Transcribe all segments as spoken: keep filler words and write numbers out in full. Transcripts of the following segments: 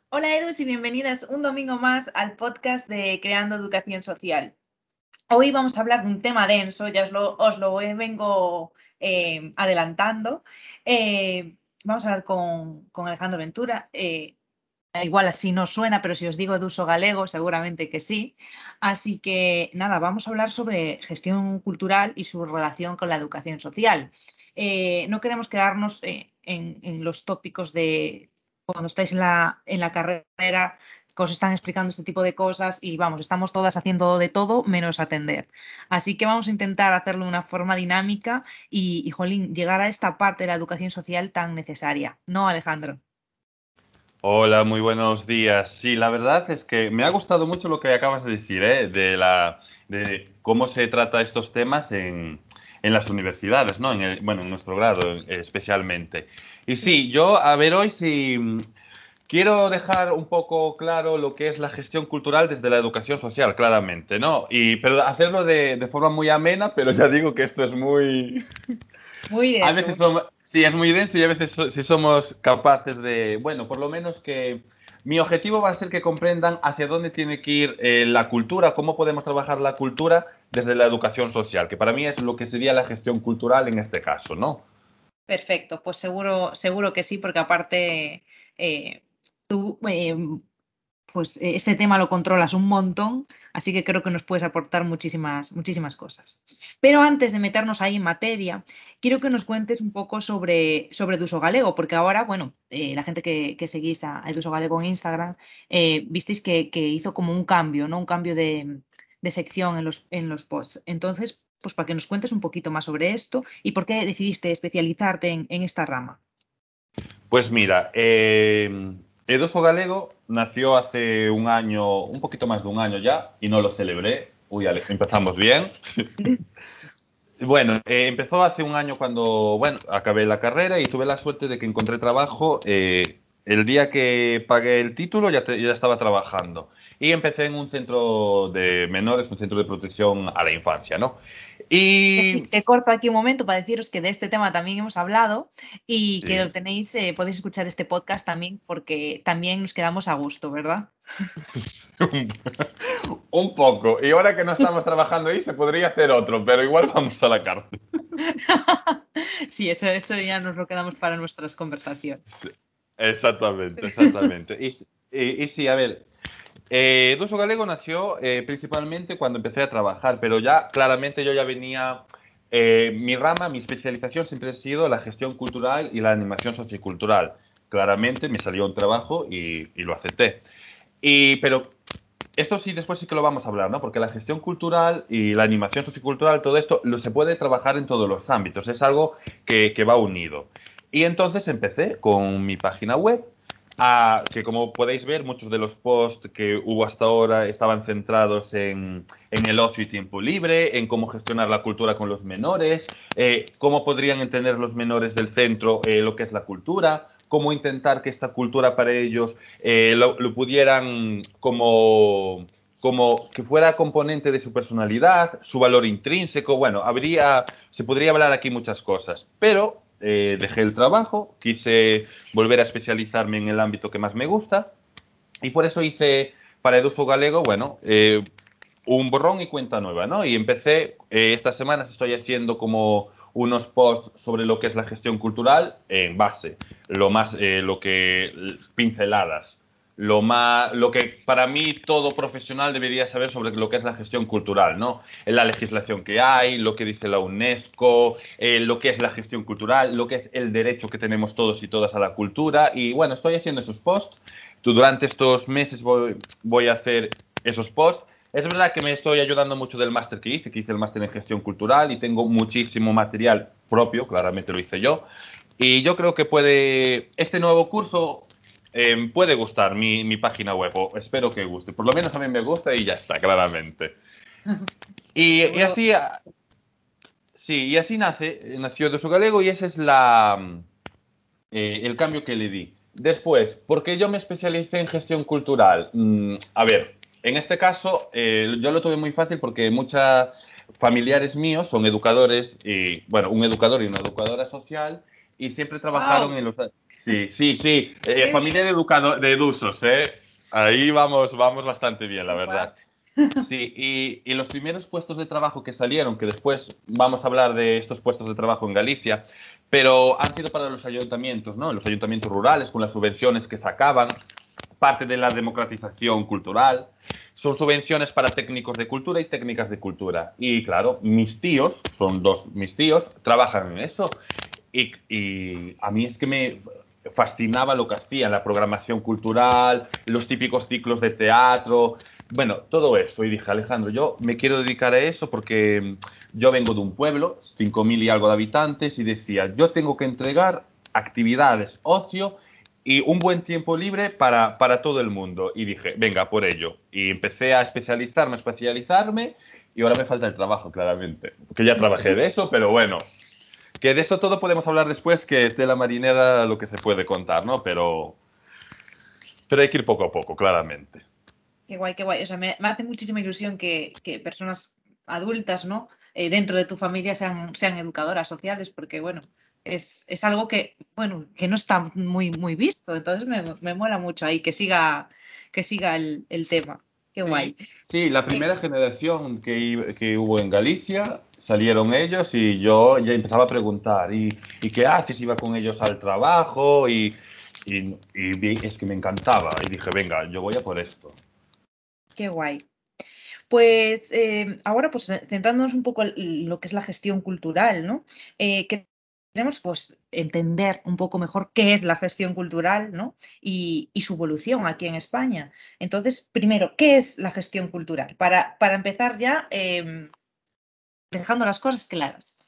Hola Edus y bienvenidas un domingo más al podcast de Creando Educación Social. Hoy vamos a hablar de un tema denso, ya os lo, os lo vengo eh, adelantando. Eh, vamos a hablar con, con Alejandro Ventura. Eh, igual así no suena, pero si os digo de uso galego, seguramente que sí. Así que nada, vamos a hablar sobre gestión cultural y su relación con la educación social. Eh, no queremos quedarnos eh, en, en los tópicos de cuando estáis en la, en la carrera, que os están explicando este tipo de cosas y vamos, estamos todas haciendo de todo menos atender. Así que vamos a intentar hacerlo de una forma dinámica y, y jolín, llegar a esta parte de la educación social tan necesaria. ¿No, Alejandro? Hola, muy buenos días. Sí, la verdad es que me ha gustado mucho lo que acabas de decir, ¿eh? De la, de cómo se trata estos temas en, en las universidades, ¿no? En el- bueno, en nuestro grado eh, especialmente. Y Sí. sí, yo, a ver, hoy sí mm, quiero dejar un poco claro lo que es la gestión cultural desde la educación social, claramente, ¿no? Y, pero hacerlo de, de forma muy amena, pero ya digo que esto es muy, Muy a denso. veces somos, sí, es muy denso y a veces so- si somos capaces de, bueno, por lo menos que mi objetivo va a ser que comprendan hacia dónde tiene que ir eh, la cultura, cómo podemos trabajar la cultura desde la educación social, que para mí es lo que sería la gestión cultural en este caso, ¿no? Perfecto, pues seguro, seguro que sí, porque aparte eh, tú eh, pues eh, este tema lo controlas un montón, así que creo que nos puedes aportar muchísimas, muchísimas cosas. Pero antes de meternos ahí en materia, quiero que nos cuentes un poco sobre, sobre Eduso Galego, porque ahora, bueno, eh, la gente que, que seguís a Eduso Galego en Instagram, eh, visteis que, que hizo como un cambio, ¿no? Un cambio de, de sección en los, en los posts. Entonces, pues para que nos cuentes un poquito más sobre esto y por qué decidiste especializarte en, en esta rama. Pues mira, eh, Edoso Galego nació hace un año, un poquito más de un año ya, y no lo celebré. Uy, Ale, empezamos bien. Bueno, eh, empezó hace un año cuando, bueno, acabé la carrera y tuve la suerte de que encontré trabajo. Eh, el día que pagué el título ya, te- ya estaba trabajando. Y empecé en un centro de menores, un centro de protección a la infancia, ¿no? Que Y sí, te corto aquí un momento para deciros que de este tema también hemos hablado y que lo sí, tenéis, eh, podéis escuchar este podcast también porque también nos quedamos a gusto, ¿verdad? un poco. Y ahora que no estamos trabajando ahí, se podría hacer otro, pero igual vamos a la cárcel. Sí, eso, eso ya nos lo quedamos para nuestras conversaciones. Sí, exactamente, exactamente. Y, y- y sí, a ver, eh, Duso Galego nació eh, principalmente cuando empecé a trabajar, pero ya claramente yo ya venía, eh, mi rama, mi especialización siempre ha sido la gestión cultural y la animación sociocultural. Claramente me salió un trabajo y, y lo acepté. Y, pero esto sí, después sí que lo vamos a hablar, ¿no? Porque la gestión cultural y la animación sociocultural, todo esto, lo, se puede trabajar en todos los ámbitos, es algo que, que va unido. Y entonces empecé con mi página web, a, que como podéis ver, muchos de los posts que hubo hasta ahora estaban centrados en, en el ocio y tiempo libre, en cómo gestionar la cultura con los menores, eh, cómo podrían entender los menores del centro eh, lo que es la cultura, cómo intentar que esta cultura para ellos eh, lo, lo, pudieran como, como que fuera componente de su personalidad, su valor intrínseco. Bueno, habría, se podría hablar aquí muchas cosas, pero eh, dejé el trabajo, quise volver a especializarme en el ámbito que más me gusta y por eso hice para Eduso Galego, bueno, eh, un borrón y cuenta nueva, ¿no? Y empecé, eh, estas semanas estoy haciendo como unos posts sobre lo que es la gestión cultural en base, lo más, eh, lo que, pinceladas, lo más, lo que para mí todo profesional debería saber sobre lo que es la gestión cultural, ¿no? La legislación que hay, lo que dice la UNESCO, eh, lo que es la gestión cultural, lo que es el derecho que tenemos todos y todas a la cultura. Y bueno, estoy haciendo esos posts. Tú, durante estos meses voy, voy a hacer esos posts. Es verdad que me estoy ayudando mucho del máster que hice, que hice el máster en gestión cultural y tengo muchísimo material propio, claramente lo hice yo. Y yo creo que puede, este nuevo curso eh, puede gustar mi, mi página web, o espero que guste. Por lo menos a mí me gusta y ya está, claramente. Y, y Seguro. así, sí, y así nace, nació de su galego y ese es la, eh, el cambio que le di. Después, ¿por qué yo me especialicé en gestión cultural? Mm, a ver, en este caso eh, yo lo tuve muy fácil porque muchos familiares míos son educadores, y, bueno, un educador y una educadora social, y siempre trabajaron ¡Wow! en los... Sí, sí, sí, eh, ¡Qué familia de, bien! educado, de edusos, ¿eh? Ahí vamos, vamos bastante bien, la ¡Qué guay! verdad. Sí, y, y los primeros puestos de trabajo que salieron, que después vamos a hablar de estos puestos de trabajo en Galicia, pero han sido para los ayuntamientos, ¿no? Los ayuntamientos rurales, con las subvenciones que sacaban, parte de la democratización cultural. Son subvenciones para técnicos de cultura y técnicas de cultura. Y claro, mis tíos, son dos mis tíos, trabajan en eso. Y, y a mí es que me fascinaba lo que hacían, la programación cultural, los típicos ciclos de teatro, bueno, todo eso. Y dije, Alejandro, yo me quiero dedicar a eso porque yo vengo de un pueblo, cinco mil y algo de habitantes, y decía, yo tengo que entregar actividades, ocio y un buen tiempo libre para, para todo el mundo. Y dije, venga, por ello. Y empecé a especializarme, a especializarme, y ahora me falta el trabajo, claramente. Que ya trabajé de eso, pero bueno, que de eso todo podemos hablar después, que es de la marinera lo que se puede contar, ¿no? Pero, pero hay que ir poco a poco, claramente. Qué guay, qué guay. O sea, me, me hace muchísima ilusión que, que personas adultas, ¿no? Eh, dentro de tu familia sean, sean educadoras sociales, porque, bueno, es, es algo que, bueno, que no está muy, muy visto. Entonces me, me mola mucho ahí que siga, que siga el, el tema. Qué Sí, guay. sí, la Eh, primera generación que, i- que hubo en Galicia, salieron ellos y yo ya empezaba a preguntar, ¿y, y qué haces? Iba con ellos al trabajo y, y, y vi- es que me encantaba y dije, venga, yo voy a por esto. qué guay. Pues eh, ahora, pues eh, centrándonos un poco en lo que es la gestión cultural, ¿no? Eh, que queremos pues entender un poco mejor qué es la gestión cultural, ¿no? Y, y su evolución aquí en España. Entonces, primero, ¿qué es la gestión cultural? Para, para empezar ya eh, dejando las cosas claras.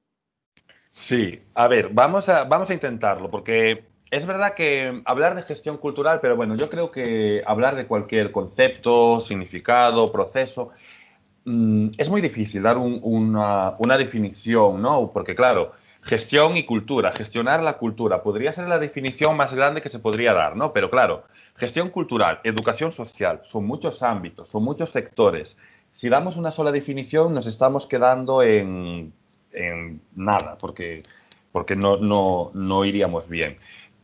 Sí, a ver, vamos a, vamos a intentarlo, porque es verdad que hablar de gestión cultural, pero bueno, yo creo que hablar de cualquier concepto, significado, proceso, mm, es muy difícil dar un- una, una definición, ¿no? Porque claro, gestión y cultura, gestionar la cultura, podría ser la definición más grande que se podría dar, ¿no? Pero claro, gestión cultural, educación social, son muchos ámbitos, son muchos sectores. Si damos una sola definición, nos estamos quedando en, en nada, porque, porque no, no, no iríamos bien.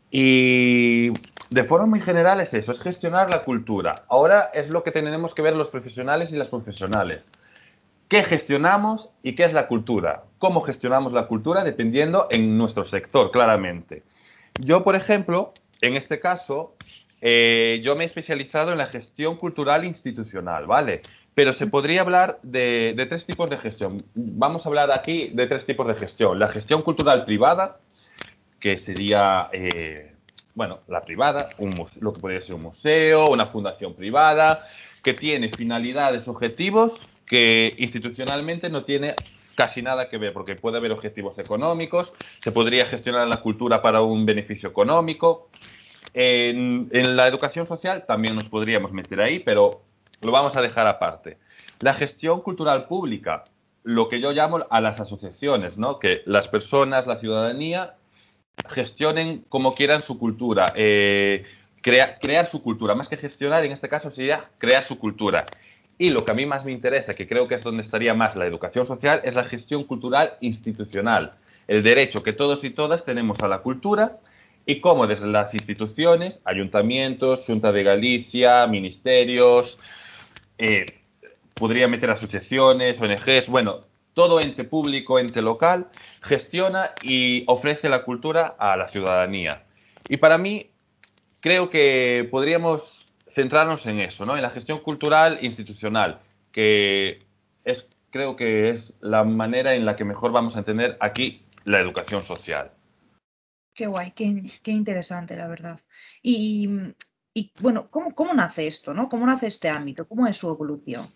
Y de forma muy general es eso, es gestionar la cultura. Ahora es lo que tenemos que ver los profesionales y las profesionales. ¿Qué gestionamos y qué es la cultura? ¿Cómo gestionamos la cultura? Dependiendo en nuestro sector, claramente. Yo, por ejemplo, en este caso, eh, yo me he especializado en la gestión cultural institucional, ¿vale? Pero se podría hablar de, de tres tipos de gestión. Vamos a hablar aquí de tres tipos de gestión. La gestión cultural privada, que sería, eh, bueno, la privada, un lo que podría ser un museo, una fundación privada, que tiene finalidades, objetivos que institucionalmente no tiene casi nada que ver, porque puede haber objetivos económicos, se podría gestionar la cultura para un beneficio económico. En, en la educación social también nos podríamos meter ahí, pero lo vamos a dejar aparte. La gestión cultural pública, lo que yo llamo a las asociaciones, ¿no? Que las personas, la ciudadanía, gestionen como quieran su cultura, eh, crea, crear su cultura, más que gestionar, en este caso sería crear su cultura. Y lo que a mí más me interesa, que creo que es donde estaría más la educación social, es la gestión cultural institucional, el derecho que todos y todas tenemos a la cultura y cómo desde las instituciones, ayuntamientos, Junta de Galicia, ministerios, eh, podría meter asociaciones, O N Ges, bueno, todo ente público, ente local, gestiona y ofrece la cultura a la ciudadanía. Y para mí, creo que podríamos centrarnos en eso, ¿no? En la gestión cultural institucional, que es, creo que es la manera en la que mejor vamos a entender aquí la educación social. Qué guay, qué, qué interesante, la verdad. Y, y bueno, ¿cómo, cómo nace esto, ¿no? ¿Cómo nace este ámbito? ¿Cómo es su evolución?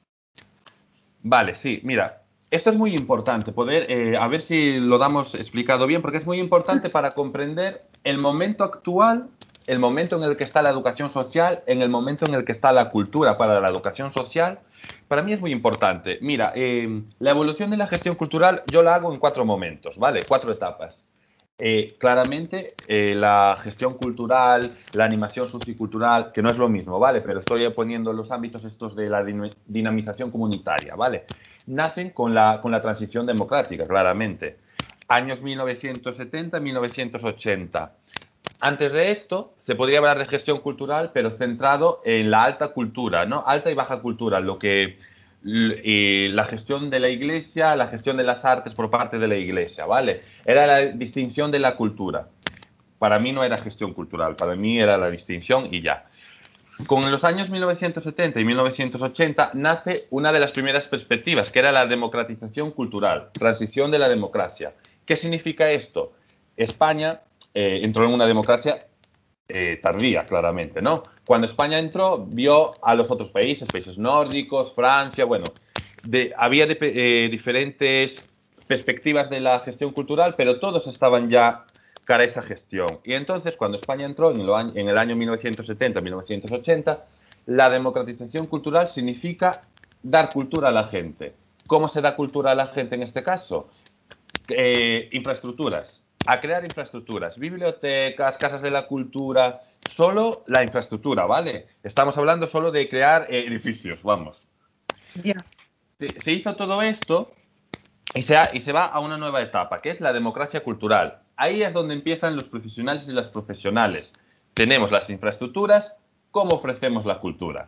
Vale, sí, mira, esto es muy importante, poder, eh, a ver si lo damos explicado bien, porque es muy importante para comprender el momento actual, el momento en el que está la educación social, en el momento en el que está la cultura para la educación social. Para mí es muy importante. Mira, eh, la evolución de la gestión cultural yo la hago en cuatro momentos, ¿vale? Cuatro etapas. Eh, claramente, eh, la gestión cultural, la animación sociocultural, que no es lo mismo, ¿vale? Pero estoy poniendo los ámbitos estos de la dinamización comunitaria, ¿vale? Nacen con la, con la transición democrática, claramente. años mil novecientos setenta a mil novecientos ochenta. Antes de esto, se podría hablar de gestión cultural, pero centrado en la alta cultura, ¿no? Alta y baja cultura, lo que y la gestión de la iglesia, la gestión de las artes por parte de la iglesia, ¿vale? Era la distinción de la cultura. Para mí no era gestión cultural, para mí era la distinción y ya. Con los años mil novecientos setenta y mil novecientos ochenta nace una de las primeras perspectivas, que era la democratización cultural, transición de la democracia. ¿Qué significa esto? España eh, entró en una democracia eh, tardía, claramente, ¿no? Cuando España entró, vio a los otros países, países nórdicos, Francia, bueno, de, había de, eh, diferentes perspectivas de la gestión cultural, pero todos estaban ya cara a esa gestión. Y entonces, cuando España entró en el, en el año mil novecientos setenta a mil novecientos ochenta, la democratización cultural significa dar cultura a la gente. ¿Cómo se da cultura a la gente en este caso? Eh, infraestructuras. A crear infraestructuras, bibliotecas, casas de la cultura, solo la infraestructura, ¿vale? Estamos hablando solo de crear eh, edificios, vamos. Ya. Se, se hizo todo esto y se, ha, y se va a una nueva etapa, que es la democracia cultural. Ahí es donde empiezan los profesionales y las profesionales. Tenemos las infraestructuras, ¿cómo ofrecemos la cultura?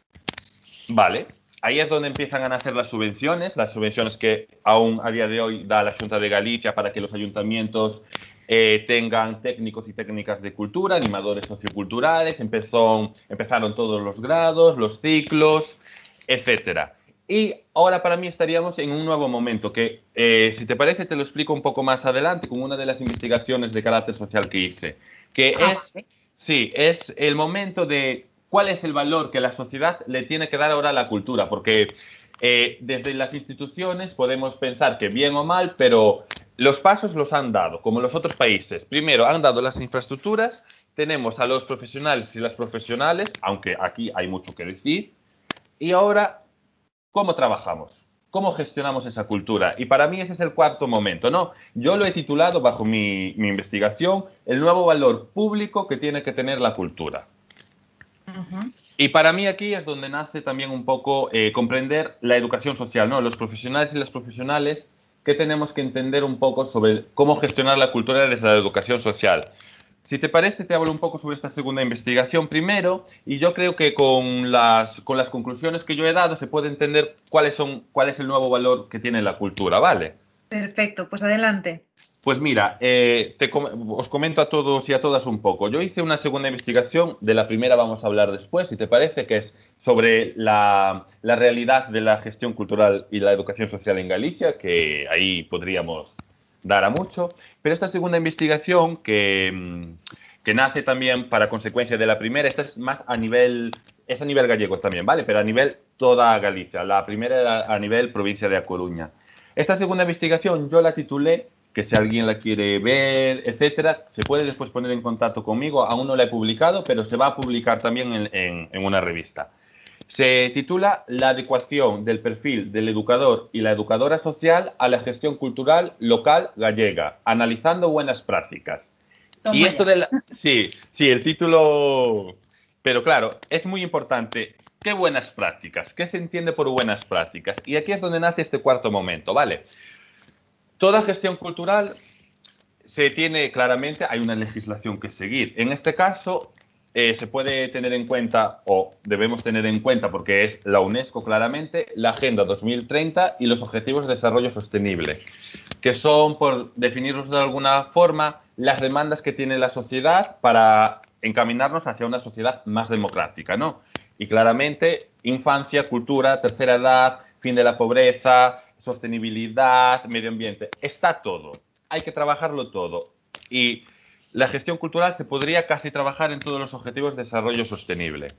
Vale, ahí es donde empiezan a nacer las subvenciones, las subvenciones que aún a día de hoy da la Junta de Galicia para que los ayuntamientos eh, tengan técnicos y técnicas de cultura, animadores socioculturales, empezó, empezaron todos los grados, los ciclos, etcétera. Y ahora para mí estaríamos en un nuevo momento que, eh, si te parece, te lo explico un poco más adelante con una de las investigaciones de carácter social que hice, que Ah, es, vale. sí, es el momento de cuál es el valor que la sociedad le tiene que dar ahora a la cultura, porque eh, desde las instituciones podemos pensar que bien o mal, pero los pasos los han dado, como los otros países. Primero, han dado las infraestructuras, tenemos a los profesionales y las profesionales, aunque aquí hay mucho que decir, y ahora, ¿cómo trabajamos? ¿Cómo gestionamos esa cultura? Y para mí ese es el cuarto momento, ¿no? Yo lo he titulado, bajo mi, mi investigación, el nuevo valor público que tiene que tener la cultura. Uh-huh. Y para mí aquí es donde nace también un poco eh, comprender la educación social, ¿no? Los profesionales y las profesionales que tenemos que entender un poco sobre cómo gestionar la cultura desde la educación social. Si te parece, te hablo un poco sobre esta segunda investigación primero y yo creo que con las, con las conclusiones que yo he dado se puede entender cuáles son, cuál es el nuevo valor que tiene la cultura, ¿vale? Perfecto, pues adelante. Pues mira, eh, te com os comento a todos y a todas un poco. Yo hice una segunda investigación, de la primera vamos a hablar después, si te parece, que es sobre la, la realidad de la gestión cultural y la educación social en Galicia, que ahí podríamos dar a mucho. Pero esta segunda investigación, que, que nace también para consecuencia de la primera, esta es más a nivel, es a nivel gallego también, ¿vale? Pero a nivel toda Galicia. La primera era a nivel provincia de A Coruña. Esta segunda investigación yo la titulé, que si alguien la quiere ver, etcétera, se puede después poner en contacto conmigo. Aún no la he publicado, pero se va a publicar también en, en, en una revista. Se titula La adecuación del perfil del educador y la educadora social a la gestión cultural local gallega, analizando buenas prácticas. Y Toma esto ya. de la... Sí, sí, el título... Pero claro, es muy importante. ¿Qué buenas prácticas? ¿Qué se entiende por buenas prácticas? Y aquí es donde nace este cuarto momento, ¿vale? Toda gestión cultural se tiene claramente, hay una legislación que seguir. En este caso, eh, se puede tener en cuenta, o debemos tener en cuenta, porque es la UNESCO claramente, la Agenda dos mil treinta y los Objetivos de Desarrollo Sostenible, que son, por definirlos de alguna forma, las demandas que tiene la sociedad para encaminarnos hacia una sociedad más democrática, ¿no? Y claramente, infancia, cultura, tercera edad, fin de la pobreza, sostenibilidad, medio ambiente, está todo. Hay que trabajarlo todo. Y la gestión cultural se podría casi trabajar en todos los objetivos de desarrollo sostenible.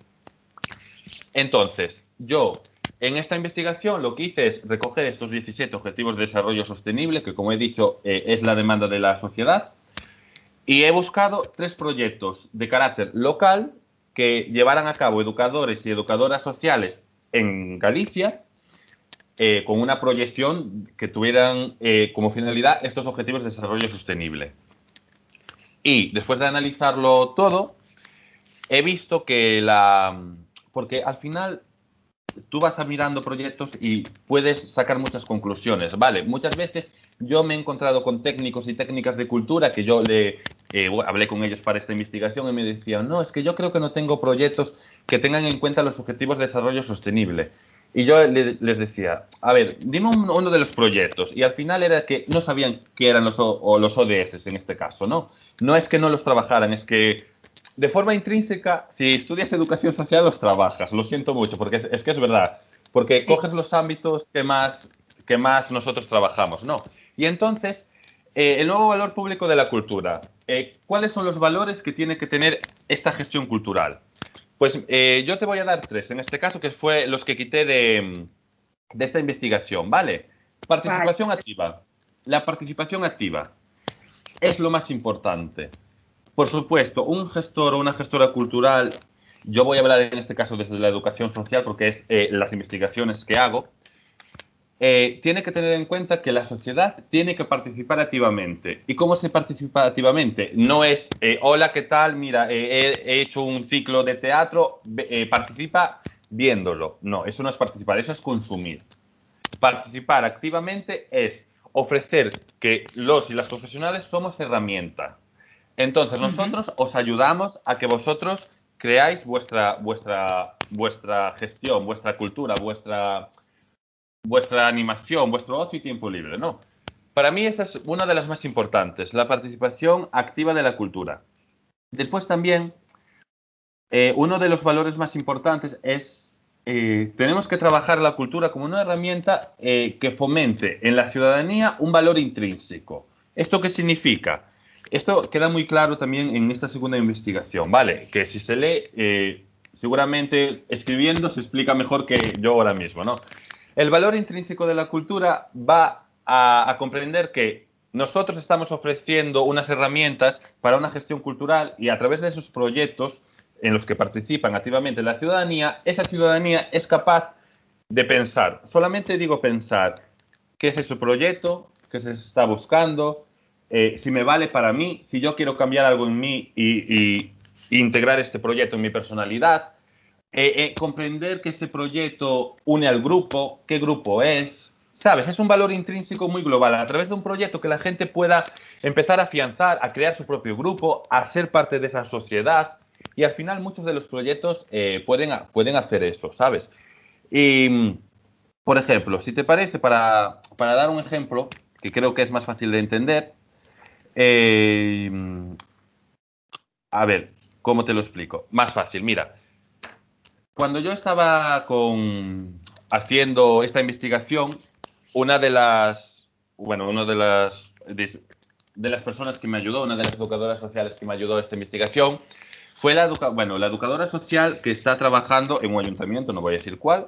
Entonces, yo en esta investigación lo que hice es recoger estos diecisiete objetivos de desarrollo sostenible, que como he dicho eh, es la demanda de la sociedad, y he buscado tres proyectos de carácter local que llevaran a cabo educadores y educadoras sociales en Galicia, eh, con una proyección que tuvieran eh, como finalidad estos objetivos de desarrollo sostenible. Y después de analizarlo todo, he visto que la... Porque al final tú vas a mirando proyectos y puedes sacar muchas conclusiones, ¿vale? Muchas veces yo me he encontrado con técnicos y técnicas de cultura que yo le eh, hablé con ellos para esta investigación y me decían, no, es que yo creo que no tengo proyectos que tengan en cuenta los objetivos de desarrollo sostenible. Y yo le, les decía, a ver, dime un, uno de los proyectos. Y al final era que no sabían qué eran los, o, o los O D S en este caso, ¿no? No es que no los trabajaran, es que de forma intrínseca, si estudias educación social, los trabajas. Lo siento mucho, porque es, es que es verdad. Porque Sí. coges los ámbitos que más, que más nosotros trabajamos, ¿no? Y entonces, eh, el nuevo valor público de la cultura. Eh, ¿Cuáles son los valores que tiene que tener esta gestión cultural? Pues eh, yo te voy a dar tres, en este caso, que fue los que quité de, de esta investigación, ¿vale? Vale. Participación activa. La participación activa es lo más importante. Por supuesto, un gestor o una gestora cultural, yo voy a hablar en este caso desde la educación social porque es eh, las investigaciones que hago, eh, tiene que tener en cuenta que la sociedad tiene que participar activamente. ¿Y cómo se participa activamente? No es, eh, hola, ¿qué tal? Mira, eh, he, he hecho un ciclo de teatro, eh, participa viéndolo. No, eso no es participar, eso es consumir. Participar activamente es ofrecer que los y las profesionales somos herramienta. Entonces, Ujú. nosotros os ayudamos a que vosotros creáis vuestra, vuestra, vuestra gestión, vuestra cultura, vuestra, vuestra animación, vuestro ocio y tiempo libre, ¿no? Para mí esa es una de las más importantes, la participación activa de la cultura. Después también, eh, uno de los valores más importantes es, eh, tenemos que trabajar la cultura como una herramienta eh, que fomente en la ciudadanía un valor intrínseco. ¿Esto qué significa? Esto queda muy claro también en esta segunda investigación, ¿vale? Que si se lee, eh, seguramente escribiendo se explica mejor que yo ahora mismo, ¿no? El valor intrínseco de la cultura va a, a comprender que nosotros estamos ofreciendo unas herramientas para una gestión cultural y a través de esos proyectos en los que participan activamente la ciudadanía, esa ciudadanía es capaz de pensar, solamente digo pensar, qué es ese proyecto, qué se está buscando, eh, si me vale para mí, si yo quiero cambiar algo en mí y, y, y integrar este proyecto en mi personalidad, eh, eh, comprender que ese proyecto une al grupo, qué grupo es, ¿sabes? Es un valor intrínseco muy global. A través de un proyecto que la gente pueda empezar a afianzar, a crear su propio grupo, a ser parte de esa sociedad. Y al final muchos de los proyectos eh, pueden, pueden hacer eso, ¿sabes? Y, por ejemplo, si te parece, para, para dar un ejemplo, que creo que es más fácil de entender, eh, a ver, ¿cómo te lo explico? Más fácil, mira. Cuando yo estaba con, haciendo esta investigación, una de las, bueno, una de las, de, de las personas que me ayudó, una de las educadoras sociales que me ayudó a esta investigación, fue la, educa bueno, la educadora social que está trabajando en un ayuntamiento, no voy a decir cuál,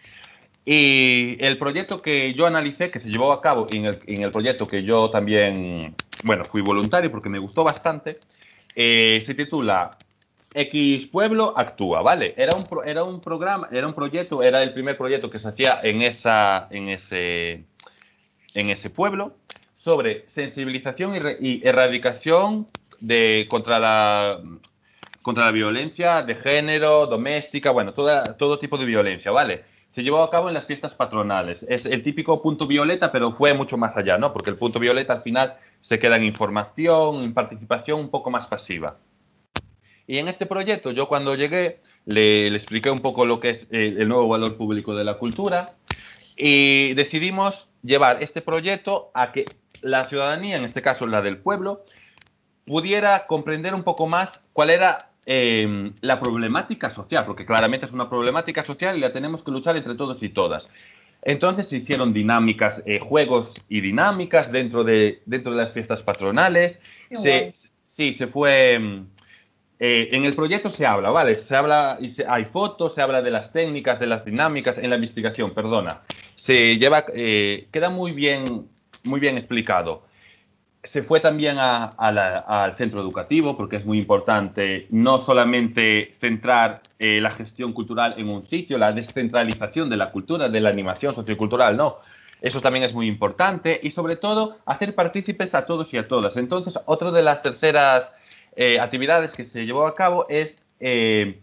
y el proyecto que yo analicé, que se llevó a cabo, en el, en el proyecto que yo también, bueno, fui voluntario porque me gustó bastante, eh, se titula X Pueblo Actúa, ¿vale? Era un, pro, era un programa, era un proyecto, era el primer proyecto que se hacía en, esa, en, ese, en ese pueblo sobre sensibilización y, re, y erradicación de, contra, la, contra la violencia de género, doméstica, bueno, toda, todo tipo de violencia, ¿vale? Se llevó a cabo en las fiestas patronales. Es el típico punto violeta, pero fue mucho más allá, ¿no? Porque el punto violeta al final se queda en información, en participación un poco más pasiva. Y en este proyecto, yo cuando llegué, le, le expliqué un poco lo que es eh, el nuevo valor público de la cultura y decidimos llevar este proyecto a que la ciudadanía, en este caso la del pueblo, pudiera comprender un poco más cuál era eh, la problemática social, porque claramente es una problemática social y la tenemos que luchar entre todos y todas. Entonces se hicieron dinámicas, eh, juegos y dinámicas dentro de, dentro de las fiestas patronales. Qué Se, guay. sí, se fue... Eh, en el proyecto se habla, ¿vale? Se habla y se, hay fotos, se habla de las técnicas, de las dinámicas, en la investigación, perdona. Se lleva, eh, queda muy bien, muy bien explicado. Se fue también a, a la, al centro educativo, porque es muy importante no solamente centrar eh, la gestión cultural en un sitio, la descentralización de la cultura, de la animación sociocultural, no. Eso también es muy importante y sobre todo hacer partícipes a todos y a todas. Entonces, otra de las terceras eh, actividades que se llevó a cabo es eh,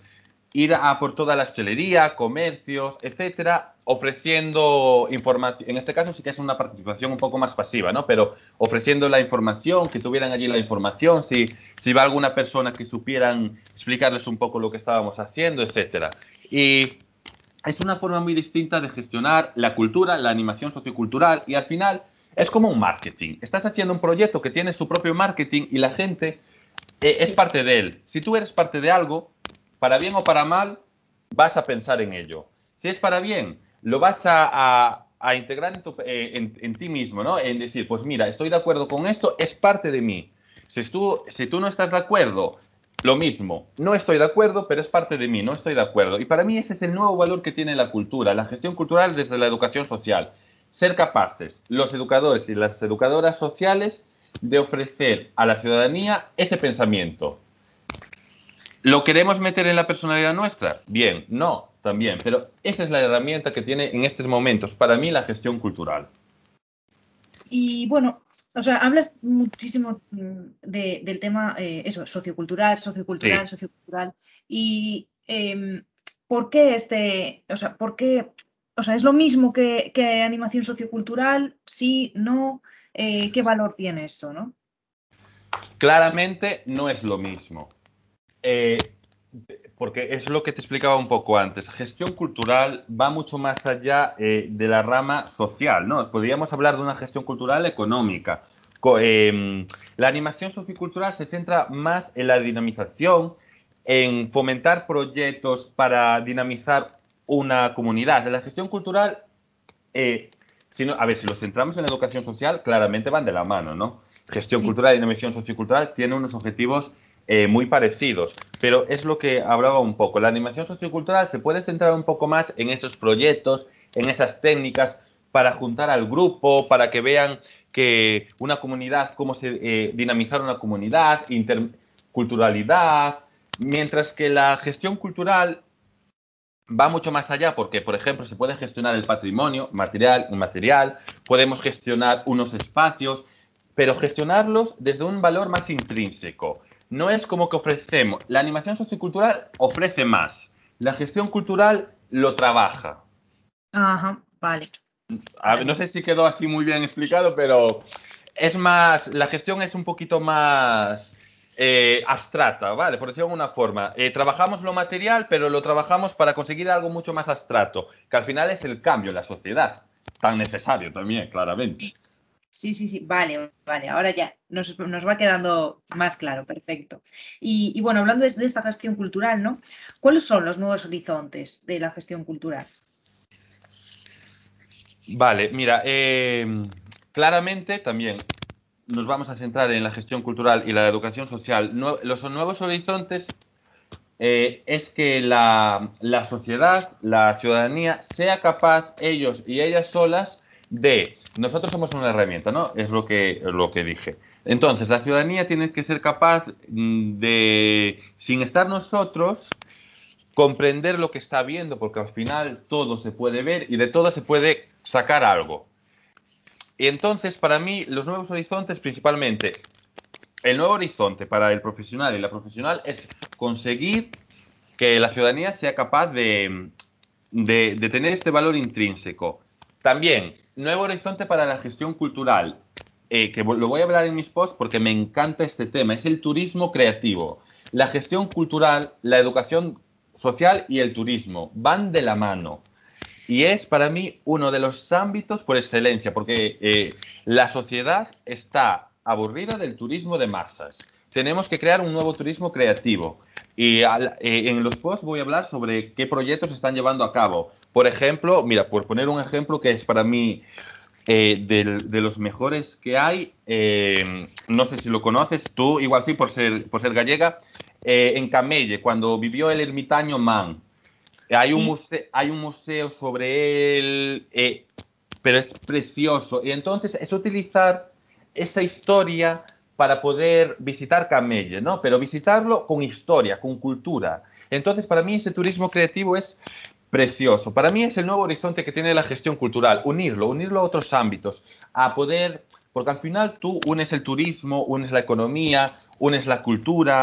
ir a por toda la hostelería, comercios, etcétera, ofreciendo información. En este caso sí que es una participación un poco más pasiva, ¿no? Pero ofreciendo la información, que tuvieran allí la información, si, si va alguna persona que supieran explicarles un poco lo que estábamos haciendo, etcétera. Y es una forma muy distinta de gestionar la cultura, la animación sociocultural, y al final es como un marketing. Estás haciendo un proyecto que tiene su propio marketing y la gente eh, es parte de él. Si tú eres parte de algo, para bien o para mal, vas a pensar en ello. Si es para bien, lo vas a, a, a integrar en, tu, eh, en, en ti mismo, ¿no? En decir, pues mira, estoy de acuerdo con esto, es parte de mí. Si tú, si tú no estás de acuerdo, lo mismo. No estoy de acuerdo, pero es parte de mí, no estoy de acuerdo. Y para mí ese es el nuevo valor que tiene la cultura, la gestión cultural desde la educación social. Ser capaces, los educadores y las educadoras sociales, de ofrecer a la ciudadanía ese pensamiento. ¿Lo queremos meter en la personalidad nuestra? Bien, no, también. Pero esa es la herramienta que tiene en estos momentos, para mí, la gestión cultural. Y bueno, o sea, hablas muchísimo de, del tema, eh, eso, sociocultural, sociocultural, Sí. sociocultural. Y eh, ¿por qué este, o sea, por qué, o sea, es lo mismo que, que animación sociocultural? Sí, no, eh, ¿qué valor tiene esto, no? Claramente no es lo mismo. Eh, porque es lo que te explicaba un poco antes. Gestión cultural va mucho más allá eh, de la rama social, ¿no? Podríamos hablar de una gestión cultural económica. Co eh, la animación sociocultural se centra más en la dinamización, en fomentar proyectos para dinamizar una comunidad. La gestión cultural, eh, si no, a ver, si los centramos en la educación social, claramente van de la mano, ¿no? Gestión Sí. cultural y dinamización sociocultural tienen unos objetivos eh, muy parecidos, pero es lo que hablaba un poco. La animación sociocultural se puede centrar un poco más en esos proyectos, en esas técnicas para juntar al grupo, para que vean que una comunidad, cómo se eh, dinamizar una comunidad, interculturalidad, mientras que la gestión cultural va mucho más allá porque, por ejemplo, se puede gestionar el patrimonio material, inmaterial, podemos gestionar unos espacios, pero gestionarlos desde un valor más intrínseco. No es como que ofrecemos, la animación sociocultural ofrece más, la gestión cultural lo trabaja. Ajá, vale, A ver, vale. no sé si quedó así muy bien explicado, pero es más, la gestión es un poquito más eh, abstracta, ¿vale? Por decirlo de alguna forma. Eh, trabajamos lo material, pero lo trabajamos para conseguir algo mucho más abstracto, que al final es el cambio en la sociedad, tan necesario también, claramente. Sí, sí, sí, vale, vale, ahora ya nos, nos va quedando más claro, perfecto. Y, y bueno, hablando de, de esta gestión cultural, ¿no? ¿Cuáles son los nuevos horizontes de la gestión cultural? Vale, mira, eh, claramente también nos vamos a centrar en la gestión cultural y la educación social. Nue- los nuevos horizontes eh, es que la, la sociedad, la ciudadanía, sea capaz, ellos y ellas solas, de... Nosotros somos una herramienta, ¿no? Es lo que, lo que dije. Entonces, la ciudadanía tiene que ser capaz mm, de, sin estar nosotros, comprender lo que está viendo, porque al final todo se puede ver y de todo se puede sacar algo. Y entonces, para mí, los nuevos horizontes, principalmente, el nuevo horizonte para el profesional y la profesional es conseguir que la ciudadanía sea capaz de, de, de tener este valor intrínseco. También, nuevo horizonte para la gestión cultural, eh, que lo voy a hablar en mis posts porque me encanta este tema, es el turismo creativo. La gestión cultural, la educación social y el turismo van de la mano. Y es para mí uno de los ámbitos por excelencia, porque eh, la sociedad está aburrida del turismo de masas. Tenemos que crear un nuevo turismo creativo. Y al, eh, en los posts voy a hablar sobre qué proyectos se están llevando a cabo. Por ejemplo, mira, por poner un ejemplo que es para mí eh, de, de, los mejores que hay, eh, no sé si lo conoces, tú igual sí, por ser, por ser gallega, eh, en Camelle, cuando vivió el ermitaño Man. Hay un Sí. museo, hay un museo sobre él, eh, pero es precioso. Y entonces es utilizar esa historia para poder visitar Camelle, ¿no? Pero visitarlo con historia, con cultura. Entonces, para mí ese turismo creativo es precioso. Para mí es el nuevo horizonte que tiene la gestión cultural, unirlo, unirlo a otros ámbitos, a poder, porque al final tú unes el turismo, unes la economía, unes la cultura,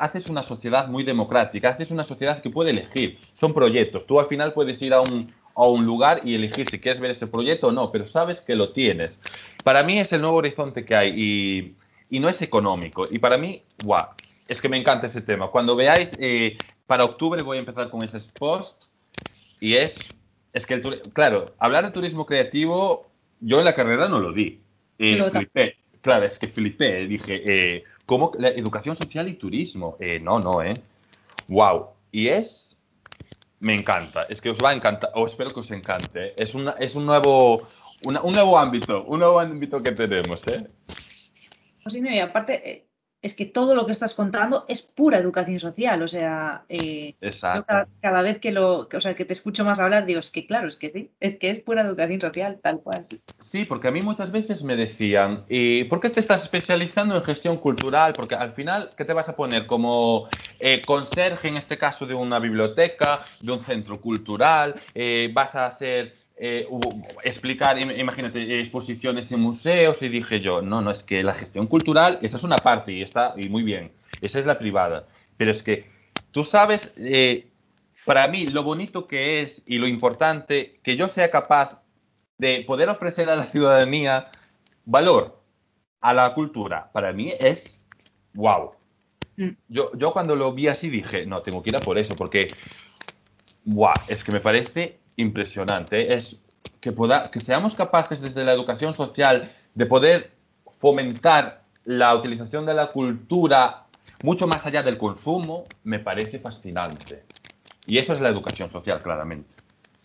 haces una sociedad muy democrática, haces una sociedad que puede elegir. Son proyectos. Tú al final puedes ir a un, a un lugar y elegir si quieres ver ese proyecto o no, pero sabes que lo tienes. Para mí es el nuevo horizonte que hay y, y no es económico. Y para mí, guau, es que me encanta ese tema. Cuando veáis, eh, para octubre voy a empezar con ese post y es, es que, el, claro, hablar de turismo creativo, yo en la carrera no lo di. Eh, Yo tampoco. flipé, claro, es que flipé. Dije, eh, ¿cómo? La educación social y turismo. Eh, no, no, ¿eh? Wow. Y es, me encanta. Es que os va a encantar, o espero que os encante. ¿Eh? Es, una, es un, nuevo, una, un nuevo ámbito, un nuevo ámbito que tenemos, ¿eh? Pues sí, no, y aparte, eh, es que todo lo que estás contando es pura educación social. O sea, eh, yo Exacto. cada, cada vez que lo, que, o sea, que te escucho más hablar, digo, es que claro, es que sí, es que es pura educación social, tal cual. Sí, porque a mí muchas veces me decían, ¿y por qué te estás especializando en gestión cultural? Porque al final, ¿qué te vas a poner? Como eh, conserje, en este caso, de una biblioteca, de un centro cultural, eh, vas a hacer, eh, u- explicar, im- imagínate, exposiciones en museos, y dije yo, no, no, es que la gestión cultural, esa es una parte y está, y muy bien, esa es la privada, pero es que tú sabes, eh, para mí, lo bonito que es y lo importante que yo sea capaz de poder ofrecer a la ciudadanía valor a la cultura, para mí es wow. Mm. Yo, yo cuando lo vi así dije, no, tengo que ir a por eso, porque wow, es que me parece impresionante. ¿Eh? Es que, poda, que seamos capaces desde la educación social de poder fomentar la utilización de la cultura mucho más allá del consumo, me parece fascinante. Y eso es la educación social, claramente.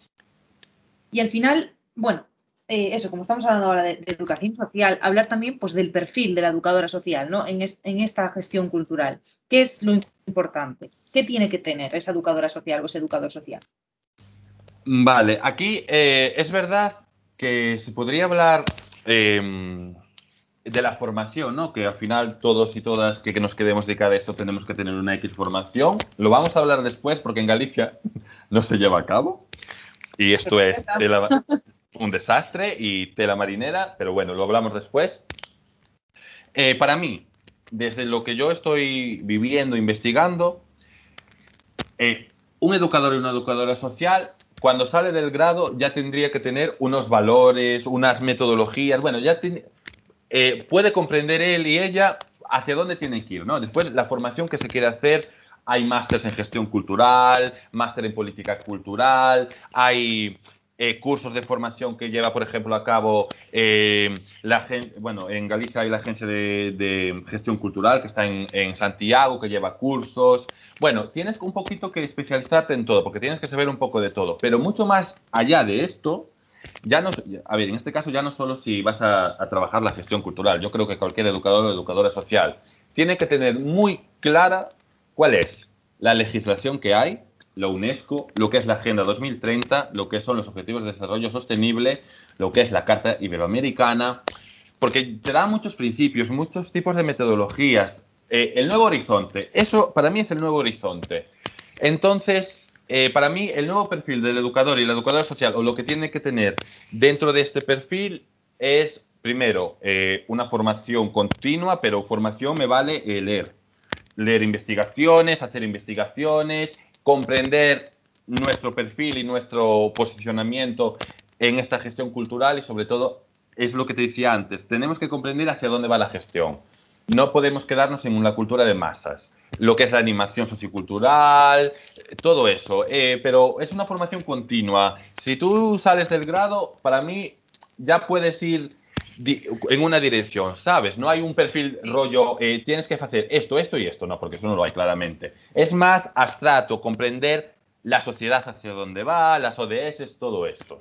Y al final, bueno, eh, eso, como estamos hablando ahora de, de educación social, hablar también pues del perfil de la educadora social, ¿no? En, es- en esta gestión cultural. ¿Qué es lo importante? ¿Qué tiene que tener esa educadora social o ese educador social? Vale, aquí eh, es verdad que se podría hablar eh, de la formación, ¿no? Que al final todos y todas que, que nos queremos dedicar a esto tenemos que tener una X formación. Lo vamos a hablar después porque en Galicia no se lleva a cabo y esto es Sorpresa. tela- un desastre y tela marinera, pero bueno, lo hablamos después. Eh, para mí, desde lo que yo estoy viviendo, investigando, eh, un educador y una educadora social, cuando sale del grado, ya tendría que tener unos valores, unas metodologías. Bueno, ya tiene, eh, puede comprender él y ella hacia dónde tienen que ir, ¿no? Después, la formación que se quiere hacer, hay másters en gestión cultural, máster en política cultural, hay eh, cursos de formación que lleva, por ejemplo, a cabo eh, la gen- bueno, en Galicia hay la agencia de, de gestión cultural que está en, en Santiago, que lleva cursos. Bueno, tienes un poquito que especializarte en todo, porque tienes que saber un poco de todo, pero mucho más allá de esto, ya no, a ver, en este caso ya no solo si vas a, a trabajar la gestión cultural, yo creo que cualquier educador o educadora social tiene que tener muy clara cuál es la legislación que hay, la UNESCO, lo que es la Agenda dos mil treinta, lo que son los Objetivos de Desarrollo Sostenible, lo que es la Carta Iberoamericana, porque te da muchos principios, muchos tipos de metodologías. Eh, el nuevo horizonte, eso para mí es el nuevo horizonte. Entonces, eh, para mí, el nuevo perfil del educador y la educadora social, o lo que tiene que tener dentro de este perfil, es, primero, eh, una formación continua, pero formación me vale eh, leer. Leer investigaciones, hacer investigaciones, comprender nuestro perfil y nuestro posicionamiento en esta gestión cultural y, sobre todo, es lo que te decía antes, tenemos que comprender hacia dónde va la gestión. No podemos quedarnos en una cultura de masas. Lo que es la animación sociocultural, todo eso. Eh, pero es una formación continua. Si tú sales del grado, para mí ya puedes ir en una dirección, ¿sabes? No hay un perfil rollo, eh, tienes que hacer esto, esto y esto, no, porque eso no lo hay claramente. Es más abstracto, comprender la sociedad hacia dónde va, las O D S, todo esto.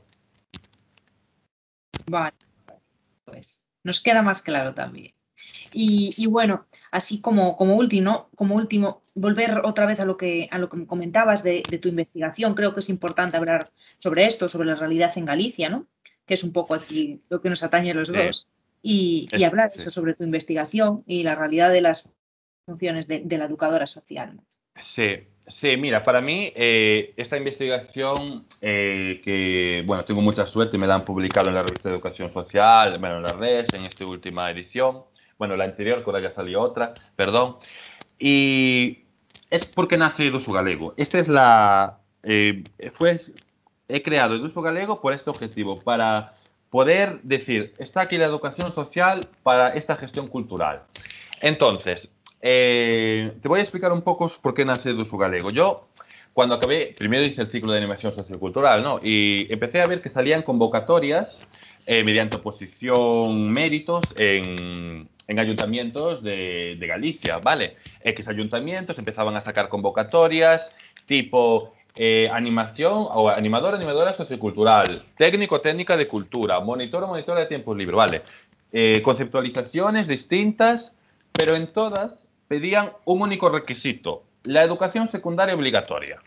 Vale, pues nos queda más claro también. Y, y bueno, así como, como último, como último, volver otra vez a lo que, a lo que me comentabas de, de tu investigación. Creo que es importante hablar sobre esto, sobre la realidad en Galicia, ¿no? Que es un poco aquí lo que nos atañe a los Sí, dos. Y, y es, hablar sí. eso sobre tu investigación y la realidad de las funciones de, de la educadora social, ¿no? Sí, sí, mira, para mí eh, esta investigación eh, que, bueno, tengo mucha suerte, me la han publicado en la revista de Educación Social, bueno, en la red, en esta última edición, bueno, la anterior, que ahora ya salió otra, perdón, y es porque nace Eduso Galego. Esta es la... Eh, fue, he creado Eduso Galego por este objetivo, para poder decir, está aquí la educación social para esta gestión cultural. Entonces, eh, te voy a explicar un poco por qué nace Eduso Galego. Yo, cuando acabé, primero hice el ciclo de animación sociocultural, ¿no? Y empecé a ver que salían convocatorias eh, mediante oposición méritos en, en ayuntamientos de, de Galicia, ¿vale? X ayuntamientos empezaban a sacar convocatorias tipo eh, animación o animador, animadora sociocultural, técnico, técnica de cultura, monitor o monitora de tiempo libre, ¿vale? Eh, conceptualizaciones distintas, pero en todas pedían un único requisito, la educación secundaria obligatoria.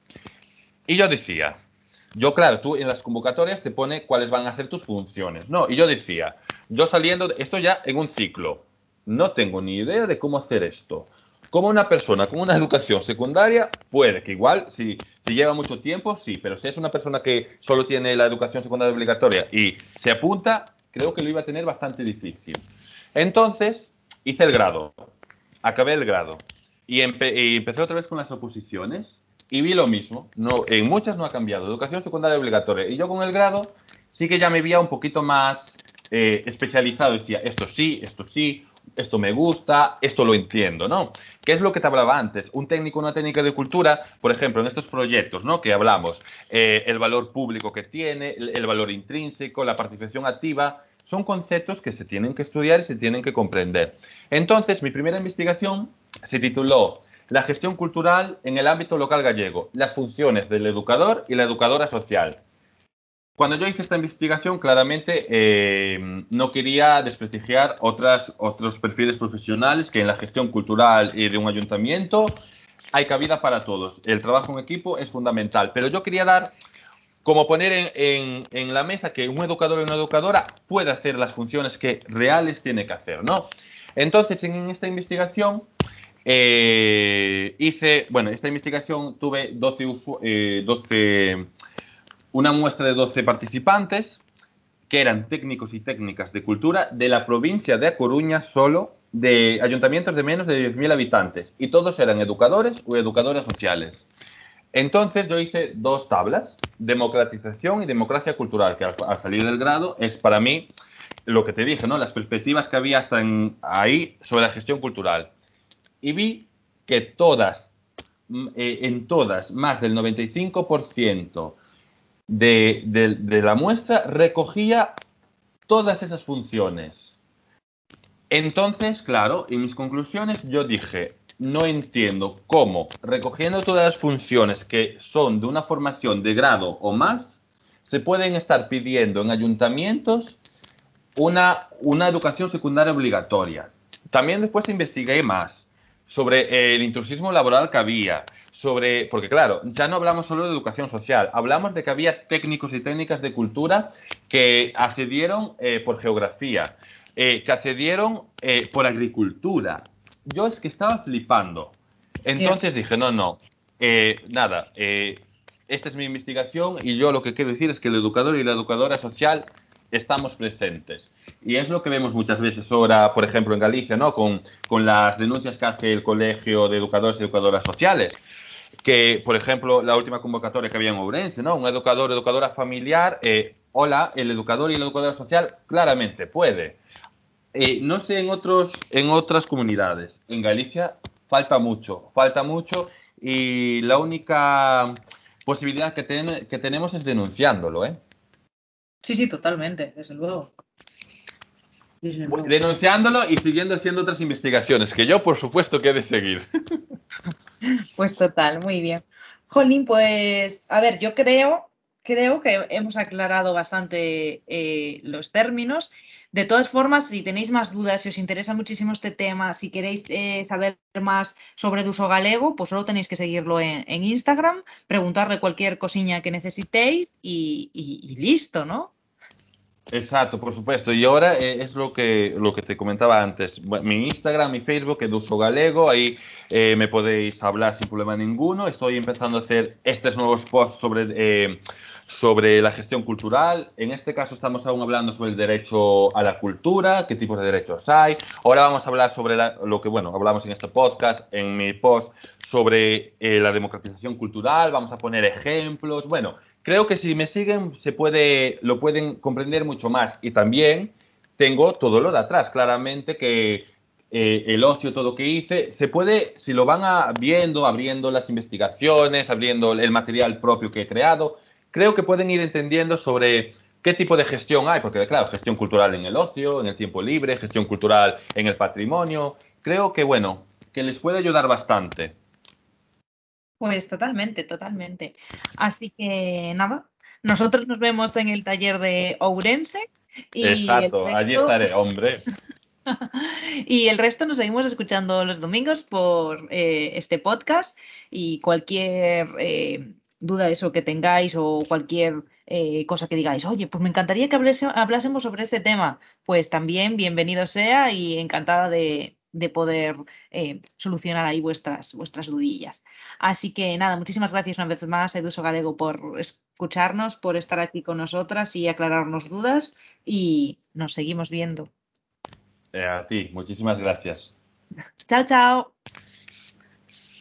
Y yo decía, yo claro, tú en las convocatorias te pone cuáles van a ser tus funciones, ¿no? Y yo decía, yo saliendo, de, esto ya en un ciclo, no tengo ni idea de cómo hacer esto. Como una persona con una educación secundaria, puede que igual, si, si lleva mucho tiempo, sí, pero si es una persona que solo tiene la educación secundaria obligatoria y se apunta, creo que lo iba a tener bastante difícil. Entonces, hice el grado, acabé el grado y, empe y empecé otra vez con las oposiciones y vi lo mismo. No, en muchas no ha cambiado, educación secundaria obligatoria. Y yo con el grado sí que ya me veía un poquito más eh, especializado. Decía, esto sí, esto sí, esto me gusta, esto lo entiendo, ¿no? ¿Qué es lo que te hablaba antes? Un técnico, una técnica de cultura, por ejemplo, en estos proyectos, ¿no? Que hablamos, eh, el valor público que tiene, el, el valor intrínseco, la participación activa, son conceptos que se tienen que estudiar y se tienen que comprender. Entonces, mi primera investigación se tituló La gestión cultural en el ámbito local gallego, las funciones del educador y la educadora social. Cuando yo hice esta investigación, claramente eh, no quería desprestigiar otras, otros perfiles profesionales que en la gestión cultural y de un ayuntamiento hay cabida para todos. El trabajo en equipo es fundamental, pero yo quería dar, como poner en, en, en la mesa que un educador y una educadora puede hacer las funciones que reales tiene que hacer, ¿no? Entonces, en esta investigación eh, hice, bueno, esta investigación tuve doce, eh, doce una muestra de doce participantes que eran técnicos y técnicas de cultura de la provincia de A Coruña solo, de ayuntamientos de menos de diez mil habitantes, y todos eran educadores o educadoras sociales. Entonces yo hice dos tablas, democratización y democracia cultural, que al, al salir del grado es para mí lo que te dije, ¿no? Las perspectivas que había hasta en, ahí sobre la gestión cultural. Y vi que todas, eh, en todas, más del noventa y cinco por ciento de, de, de la muestra recogía todas esas funciones. Entonces, claro, en mis conclusiones yo dije, no entiendo cómo, recogiendo todas las funciones que son de una formación de grado o más, se pueden estar pidiendo en ayuntamientos una, una educación secundaria obligatoria. También después investigué más sobre el intrusismo laboral que había, sobre, porque claro, ya no hablamos solo de educación social, hablamos de que había técnicos y técnicas de cultura que accedieron eh, por geografía, eh, que accedieron eh, por agricultura. Yo es que estaba flipando. Yeah. Entonces dije, no, no, eh, nada, eh, esta es mi investigación y yo lo que quiero decir es que el educador y la educadora social estamos presentes. Y es lo que vemos muchas veces ahora, por ejemplo, en Galicia, ¿no? Con, con las denuncias que hace el Colegio de Educadores y Educadoras Sociales. Que, por ejemplo, la última convocatoria que había en Ourense, ¿no? Un educador o educadora familiar, eh, hola, el educador y la educadora social claramente puede. Eh, no sé en, otros, en otras comunidades. En Galicia falta mucho, falta mucho y la única posibilidad que, ten, que tenemos es denunciándolo, ¿eh? Sí, sí, totalmente, desde luego. Desde luego. Denunciándolo y siguiendo haciendo otras investigaciones, que yo por supuesto que he de seguir. Pues total, muy bien. Jolín, pues, a ver, yo creo, creo que hemos aclarado bastante eh, los términos. De todas formas, si tenéis más dudas, si os interesa muchísimo este tema, si queréis eh, saber más sobre Duso Galego, pues solo tenéis que seguirlo en, en Instagram, preguntarle cualquier cosilla que necesitéis y, y- y listo, ¿no? Exacto, por supuesto. Y ahora eh, es lo que, lo que te comentaba antes. Bueno, mi Instagram, mi Facebook, Eduso Galego, ahí eh, me podéis hablar sin problema ninguno. Estoy empezando a hacer estos nuevos posts sobre, eh, sobre la gestión cultural. En este caso estamos aún hablando sobre el derecho a la cultura, qué tipos de derechos hay. Ahora vamos a hablar sobre la, lo que, bueno, hablamos en este podcast, en mi post, sobre eh, la democratización cultural. Vamos a poner ejemplos. Bueno, creo que si me siguen se puede, lo pueden comprender mucho más. Y también tengo todo lo de atrás, claramente que eh, el ocio, todo que hice, se puede, si lo van a, viendo, abriendo las investigaciones, abriendo el material propio que he creado, creo que pueden ir entendiendo sobre qué tipo de gestión hay, porque claro, gestión cultural en el ocio, en el tiempo libre, gestión cultural en el patrimonio, creo que bueno, que les puede ayudar bastante. Pues totalmente, totalmente. Así que nada, nosotros nos vemos en el taller de Ourense y el Exacto, allí resto, estaré, hombre. y el resto nos seguimos escuchando los domingos por eh, este podcast y cualquier eh, duda eso que tengáis o cualquier eh, cosa que digáis, oye, pues me encantaría que hablase- hablásemos sobre este tema, pues también bienvenido sea y encantada de, de poder eh, solucionar ahí vuestras, vuestras dudillas. Así que nada, muchísimas gracias una vez más, Eduso Galego, por escucharnos, por estar aquí con nosotras y aclararnos dudas y nos seguimos viendo. Eh, a ti, muchísimas gracias. Chao, chao.